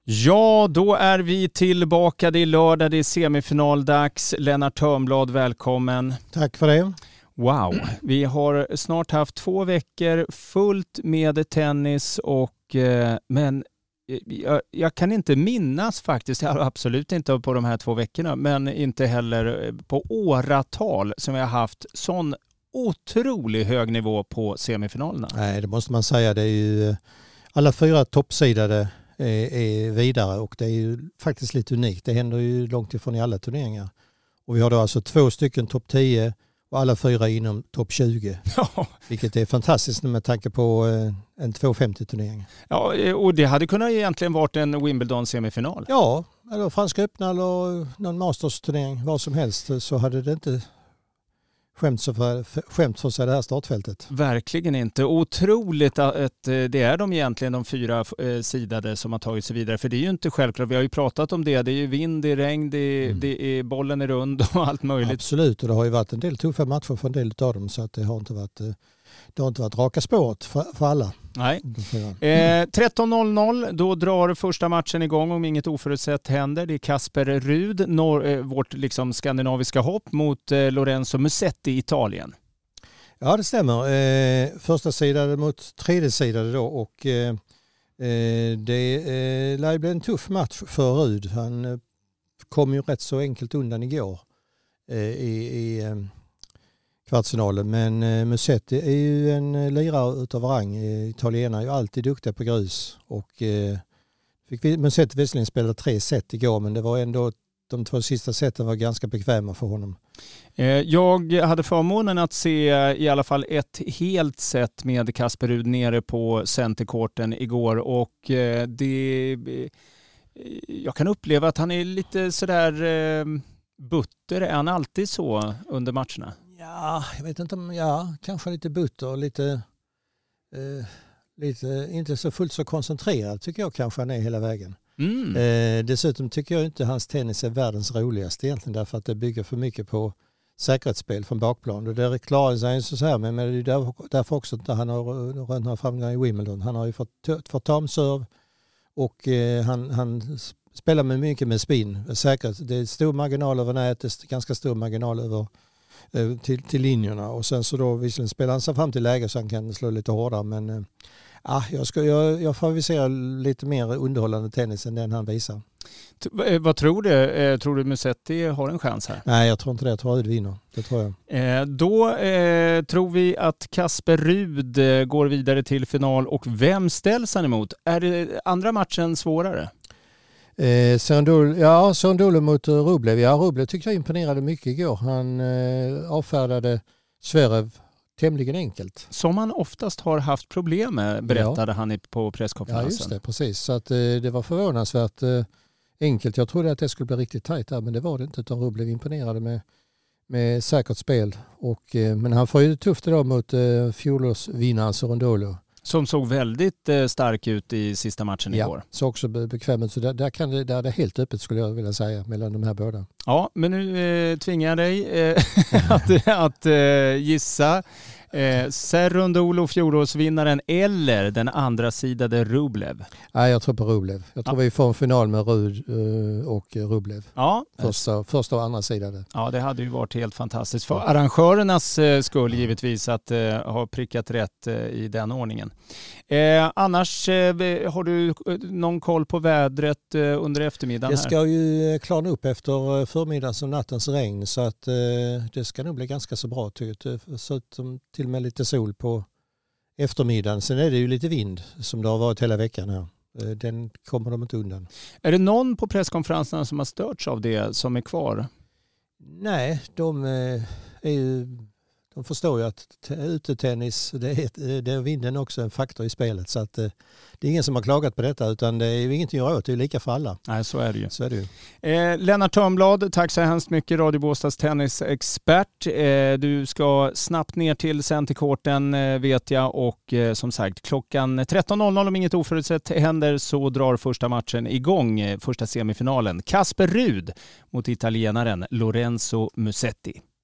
Ja, då är vi tillbaka. Det är lördag, det är semifinaldags. Lennart Törnblad, välkommen. Tack för det. Wow, vi har snart haft 2 veckor fullt med tennis men jag kan inte minnas faktiskt, absolut inte på de här 2 veckorna, men inte heller på åratal som vi har haft sån otroligt hög nivå på semifinalerna. Nej, det måste man säga. Det är ju alla 4 toppsidade är vidare och det är ju faktiskt lite unikt. Det händer ju långt ifrån i alla turneringar. Och vi har då alltså 2 stycken topp 10 och alla 4 inom topp 20. Ja. Vilket är fantastiskt med tanke på en 250-turnering. Ja, och det hade kunnat egentligen varit en Wimbledon-semifinal. Ja, eller Franska öppna eller någon Masters-turnering, vad som helst, så hade det inte skämt för sig det här startfältet. Verkligen inte. Otroligt att det är egentligen de 4 sidade som har tagit sig vidare. För det är ju inte självklart. Vi har ju pratat om det. Det är ju vind, det är regn, det är bollen är rund och allt möjligt. Absolut, och det har ju varit en del tuffa matcher för en del av dem, så att det har inte varit raka spåret för alla. Nej. 13.00, då drar första matchen igång om inget oförutsett händer. Det är Casper Ruud, vårt liksom skandinaviska hopp, mot Lorenzo Musetti i Italien. Ja, det stämmer. Första sidan mot tredje sidan då, och det lär bli en tuff match för Ruud. Han kom ju rätt så enkelt undan igår i kvartsfinalen, men Musetti är ju en lirare utav rang. Italienare är ju alltid duktiga på grus, och Musetti visserligen spelade 3 set igår, men det var ändå de 2 sista seten var ganska bekväma för honom. Jag hade förmånen att se i alla fall ett helt set med Casper Ruud nere på centerkorten igår, och jag kan uppleva att han är lite sådär butter. Är han alltid så under matcherna? Ja, jag vet inte om, kanske lite butter, lite inte så fullt så koncentrerad tycker jag kanske han är hela vägen. Dessutom tycker jag inte hans tennis är världens roligaste egentligen, därför att det bygger för mycket på säkerhetsspel från bakplan. Och det klarar sig så här, men det är därför också att han har några framgångar i Wimbledon. Han har ju fått tamserv, och han spelar med mycket med spin. Säkert. Det är stor marginal över nätet, ganska stor marginal över till linjerna, och sen så då visserligen spelar han sig fram till läge så han kan slå lite hårdare, men jag favoriserar lite mer underhållande tennis än den han visar. Vad tror du? Tror du Musetti har en chans här? Nej, jag tror inte det. Jag tror Ruud vinner. Det tror jag. Då tror vi att Casper Ruud går vidare till final, och vem ställs han emot? Är det andra matchen svårare? Cerundolo mot Rublev. Ja, Rublev tyckte jag imponerade mycket igår. Han avfärdade Zverev tämligen enkelt. Som han oftast har haft problem med, berättade han på presskonferensen. Ja, just det, precis. Så att det var förvånansvärt enkelt. Jag trodde att det skulle bli riktigt tajt där, men det var det inte, utan Rublev imponerade med säkert spel. Men han får ju tufft idag mot fjolårsvinnaren Cerundolo. Som såg väldigt stark ut i sista matchen igår. Ja, så också bekväm ut. Så där är det helt öppet, skulle jag vilja säga, mellan de här båda. Ja, men nu tvingar jag dig att gissa. Cerundolo, fjolårsvinnaren, eller den andra sidade Rublev? Nej, jag tror på Rublev. Jag tror vi får en final med Ruud och Rublev. Ja. Första och andra sidan. Ja, det hade ju varit helt fantastiskt. För arrangörernas skull givetvis att ha prickat rätt i den ordningen. Annars, har du någon koll på vädret under eftermiddagen? Det ska ju klarna upp efter förmiddagens och nattens regn, så att det ska nog bli ganska så bra. Så till och med lite sol på eftermiddagen. Sen är det ju lite vind som det har varit hela veckan här. Den kommer de inte undan. Är det någon på presskonferenserna som har störts av det som är kvar? Nej, de förstår ju att utetennis, det är vinden också en faktor i spelet. Så att det är ingen som har klagat på detta, utan det är ju ingenting att göra åt. Det är lika för alla. Nej, så är det ju. Så är det ju. Lennart Törnblad, tack så hemskt mycket, Radio Båstads tennisexpert. Du ska snabbt ner till centerkorten, vet jag, och som sagt, klockan 13.00 om inget oförutsett händer så drar första matchen igång, första semifinalen. Casper Ruud mot italienaren Lorenzo Musetti.